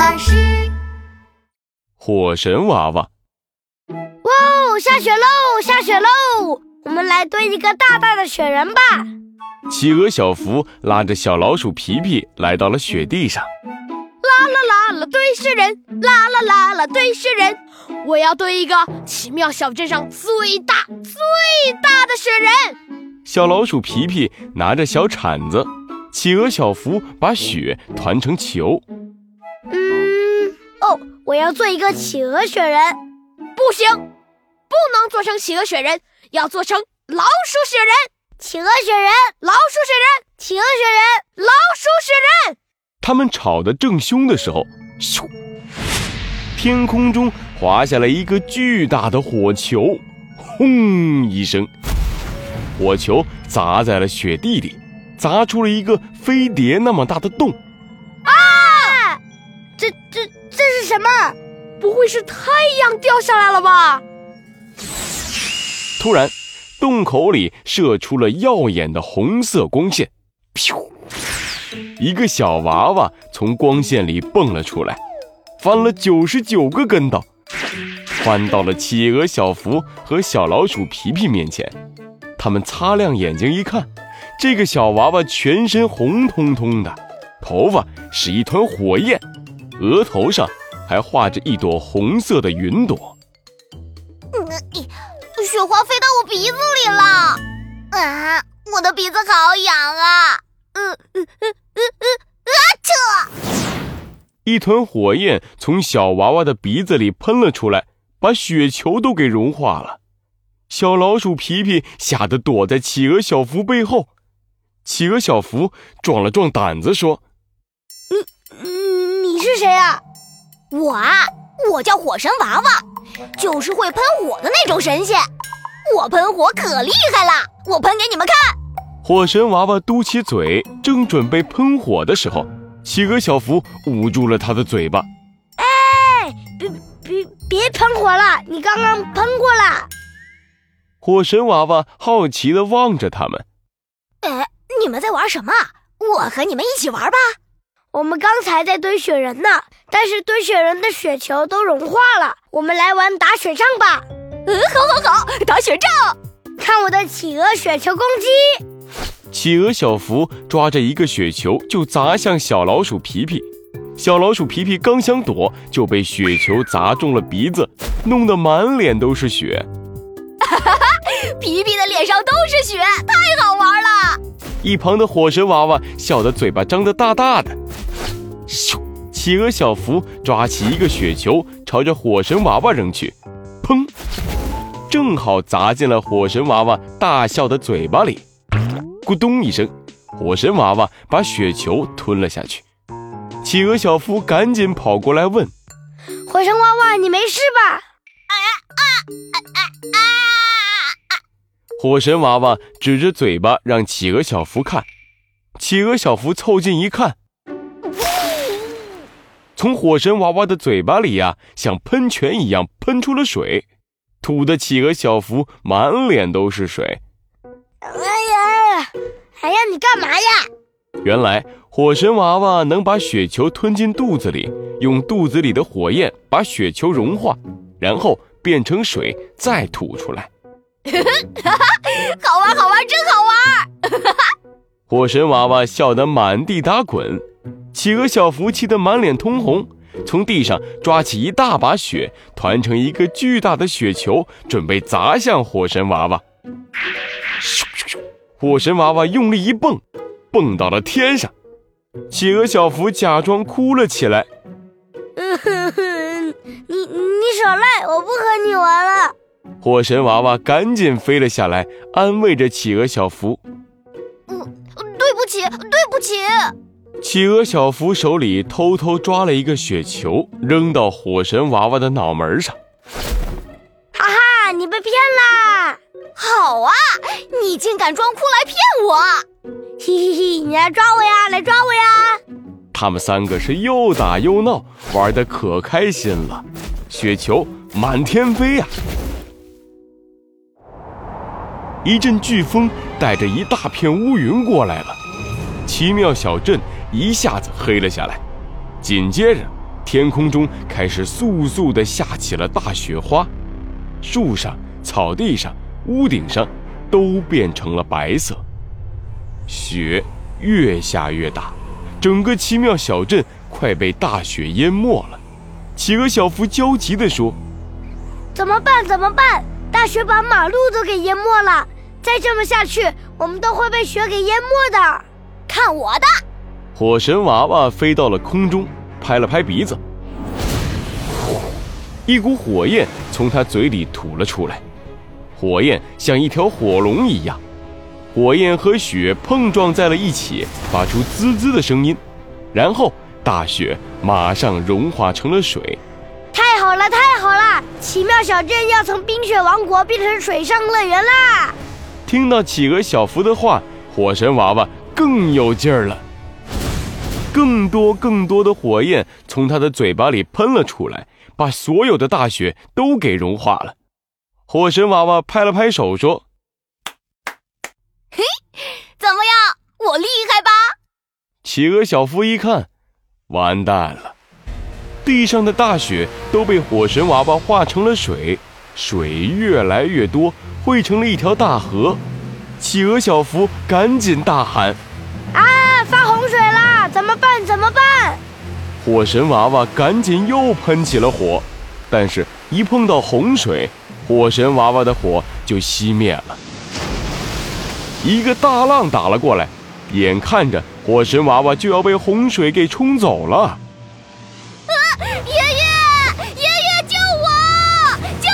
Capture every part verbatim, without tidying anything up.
师。 火神娃娃。 哇哦，下雪喽，下雪喽！我们来堆一个大大的雪人吧。 企鹅小福拉着小老鼠皮皮来到了雪地上。 啦啦啦啦堆雪人，啦啦啦啦堆雪人，我要堆一个奇妙小镇上最大最大的雪人。 小老鼠皮皮拿着小铲子，企鹅小福把雪团成球。 嗯，哦，我要做一个企鹅雪人。 不行，不能做成企鹅雪人，要做成老鼠雪人。 企鹅雪人， 老鼠雪人， 企鹅雪人， 老鼠雪人。 他们吵得正凶的时候，咻！天空中滑下来一个巨大的火球，轰一声，火球砸在了雪地里，砸出了一个飞碟那么大的洞。 啊！这这这是什么？ 不会是太阳掉下来了吧？ 突然，洞口里射出了耀眼的红色光线，噗！一个小娃娃从光线里蹦了出来，翻了九十九个跟斗，翻到了企鹅小福和小老鼠皮皮面前。他们擦亮眼睛一看，这个小娃娃全身红彤彤的，头发是一团火焰，额头上还画着一朵红色的云朵。 嗯，雪花飞到我鼻子里了，啊，我的鼻子好痒啊！嗯嗯嗯嗯嗯，啊扯！ 一团火焰从小娃娃的鼻子里喷了出来，把雪球都给融化了。小老鼠皮皮吓得躲在企鹅小福背后。企鹅小福壮了壮胆子说：“ 你你是谁啊？” 我啊，我叫火神娃娃，就是会喷火的那种神仙。我喷火可厉害了，我喷给你们看。 火神娃娃嘟起嘴，正准备喷火的时候，企鹅小福捂住了他的嘴巴。 哎，别别别喷火了，你刚刚喷过了。 火神娃娃好奇地望着他们。 哎，你们在玩什么？我和你们一起玩吧。 我们刚才在堆雪人呢，但是堆雪人的雪球都融化了。我们来玩打雪仗吧。 嗯，好好好，打雪仗。 看我的企鹅雪球攻击。 企鹅小福抓着一个雪球就砸向小老鼠皮皮，小老鼠皮皮刚想躲，就被雪球砸中了鼻子，弄得满脸都是雪。 哈哈哈，皮皮的脸上都是雪，太好玩了。 一旁的火神娃娃笑得嘴巴张得大大的。咻！企鹅小福抓起一个雪球朝着火神娃娃扔去，砰！正好砸进了火神娃娃大笑的嘴巴里。咕咚一声，火神娃娃把雪球吞了下去。企鹅小福赶紧跑过来问：“ 火神娃娃，你没事吧？” 啊啊啊啊啊！ 火神娃娃指着嘴巴让企鹅小福看。企鹅小福凑近一看，从火神娃娃的嘴巴里呀、啊，像喷泉一样喷出了水，吐得企鹅小福满脸都是水。 哎呀，哎呀，你干嘛呀？ 原来火神娃娃能把雪球吞进肚子里，用肚子里的火焰把雪球融化，然后变成水再吐出来。 好玩好玩，真好玩！ 火神娃娃笑得满地打滚，企鹅小福气得满脸通红，从地上抓起一大把雪，团成一个巨大的雪球，准备砸向火神娃娃。火神娃娃用力一蹦，蹦到了天上。企鹅小福假装哭了起来。 嗯哼哼，你你少赖，我不和你玩了。 火神娃娃赶紧飞了下来，安慰着企鹅小福。 嗯，对不起，对不起。 企鹅小福手里偷偷抓了一个雪球，扔到火神娃娃的脑门上。 哈哈，你被骗啦！ 好啊，你竟敢装哭来骗我！ 嘿嘿嘿，你来抓我呀，来抓我呀！ 他们三个是又打又闹，玩得可开心了，雪球满天飞呀、啊！一阵飓风带着一大片乌云过来了，奇妙小镇一下子黑了下来。紧接着， 天空中开始簌簌地下起了大雪花，树上、草地上、屋顶上都变成了白色。雪越下越大，整个奇妙小镇快被大雪淹没了。企鹅小福焦急地说： 怎么办怎么办，大雪把马路都给淹没了，再这么下去我们都会被雪给淹没的。 看我的！ 火神娃娃飞到了空中，拍了拍鼻子，一股火焰从他嘴里吐了出来，火焰像一条火龙一样，火焰和雪碰撞在了一起，发出滋滋的声音，然后大雪马上融化成了水。 太好了太好了，奇妙小镇要从冰雪王国变成水上乐园啦！ 听到企鹅小福的话，火神娃娃更有劲儿了，更多更多的火焰从他的嘴巴里喷了出来，把所有的大雪都给融化了。火神娃娃拍了拍手说： 嘿，怎么样，我厉害吧？ 企鹅小福一看，完蛋了，地上的大雪都被火神娃娃化成了水，水越来越多，汇成了一条大河。企鹅小福赶紧大喊： 啊，发洪水啦！怎么办怎么办？ 火神娃娃赶紧又喷起了火，但是一碰到洪水，火神娃娃的火就熄灭了。一个大浪打了过来，眼看着火神娃娃就要被洪水给冲走了。 啊，爷爷，爷爷救我，救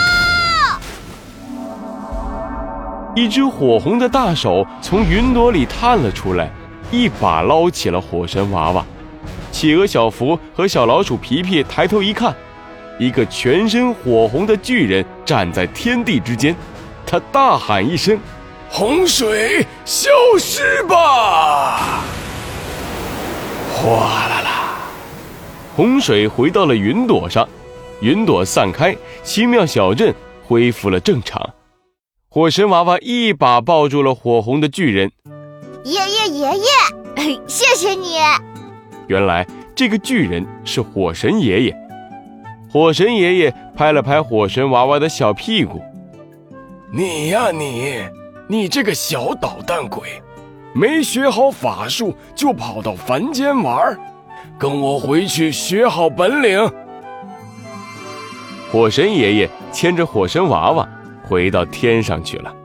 我！ 一只火红的大手从云朵里探了出来，一把捞起了火神娃娃。企鹅小福和小老鼠皮皮抬头一看，一个全身火红的巨人站在天地之间，他大喊一声：洪水消失吧！哗啦啦，洪水回到了云朵上，云朵散开，奇妙小镇恢复了正常。火神娃娃一把抱住了火红的巨人。 爷爷爷爷，谢谢你。 原来这个巨人是火神爷爷。火神爷爷拍了拍火神娃娃的小屁股：你呀你，你这个小捣蛋鬼，没学好法术就跑到凡间玩，跟我回去学好本领。火神爷爷牵着火神娃娃回到天上去了。